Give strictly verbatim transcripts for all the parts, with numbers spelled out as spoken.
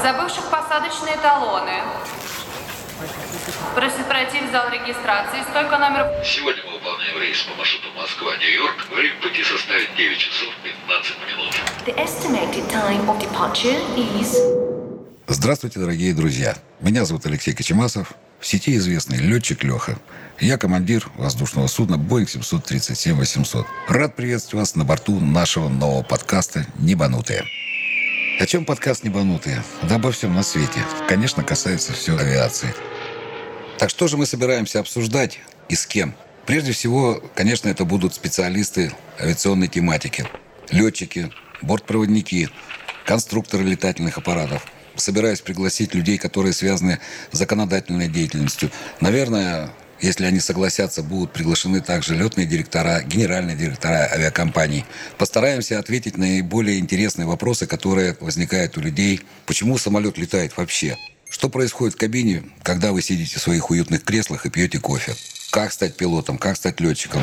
Забывших посадочные талоны. Просит пройти в зал регистрации. Стойка номер... Сегодня мы выполняем рейс по маршруту Москва-Нью-Йорк. Время пути составит девять часов пятнадцать минут. The estimated time of departure is... Здравствуйте, дорогие друзья. Меня зовут Алексей Кочемасов. В сети известный летчик Леха. Я командир воздушного судна Боинг семьсот тридцать семь восемьсот. Рад приветствовать вас на борту нашего нового подкаста «Небанутые». О чем подкаст «Небанутые»? Да обо всем на свете. Конечно, касается все авиации. Так что же мы собираемся обсуждать и с кем? Прежде всего, конечно, это будут специалисты авиационной тематики. Летчики, бортпроводники, конструкторы летательных аппаратов. Собираюсь пригласить людей, которые связаны с законодательной деятельностью. Наверное, если они согласятся, будут приглашены также летные директора, генеральные директора авиакомпаний. Постараемся ответить на наиболее интересные вопросы, которые возникают у людей. Почему самолет летает вообще? Что происходит в кабине, когда вы сидите в своих уютных креслах и пьете кофе? Как стать пилотом? Как стать летчиком?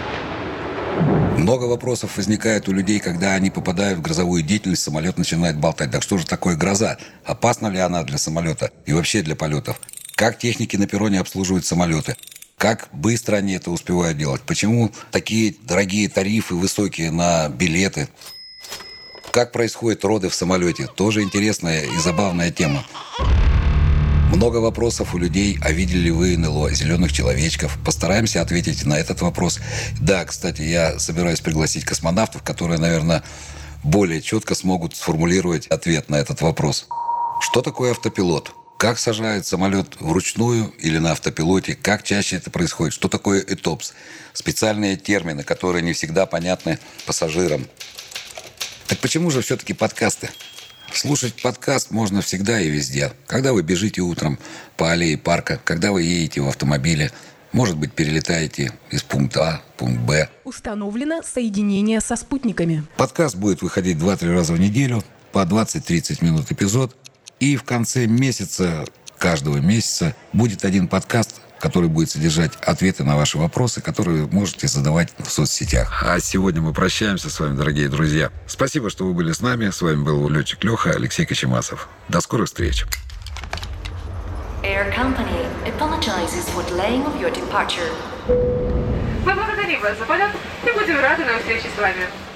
Много вопросов возникает у людей, когда они попадают в грозовую деятельность, самолет начинает болтать. Так что же такое гроза? Опасна ли она для самолета и вообще для полетов? Как техники на перроне обслуживают самолеты? Как быстро они это успевают делать? Почему такие дорогие тарифы, высокие на билеты? Как происходят роды в самолете? Тоже интересная и забавная тема. Много вопросов у людей, а видели ли вы эн эл о, зеленых человечков? Постараемся ответить на этот вопрос. Да, кстати, я собираюсь пригласить космонавтов, которые, наверное, более четко смогут сформулировать ответ на этот вопрос. Что такое автопилот? Как сажают самолет вручную или на автопилоте? Как чаще это происходит? Что такое итопс? Специальные термины, которые не всегда понятны пассажирам. Так почему же все-таки подкасты? Слушать подкаст можно всегда и везде. Когда вы бежите утром по аллее парка, когда вы едете в автомобиле, может быть, перелетаете из пункта А в пункт Б. Установлено соединение со спутниками. Подкаст будет выходить два-три раза в неделю, по двадцать-тридцать минут эпизод. И в конце месяца, каждого месяца, будет один подкаст, который будет содержать ответы на ваши вопросы, которые вы можете задавать в соцсетях. А сегодня мы прощаемся с вами, дорогие друзья. Спасибо, что вы были с нами. С вами был летчик Леха, Алексей Кочемасов. До скорых встреч. Air Company apologizes for delaying of your departure. Мы благодарим вас за полет и будем рады на встрече с вами.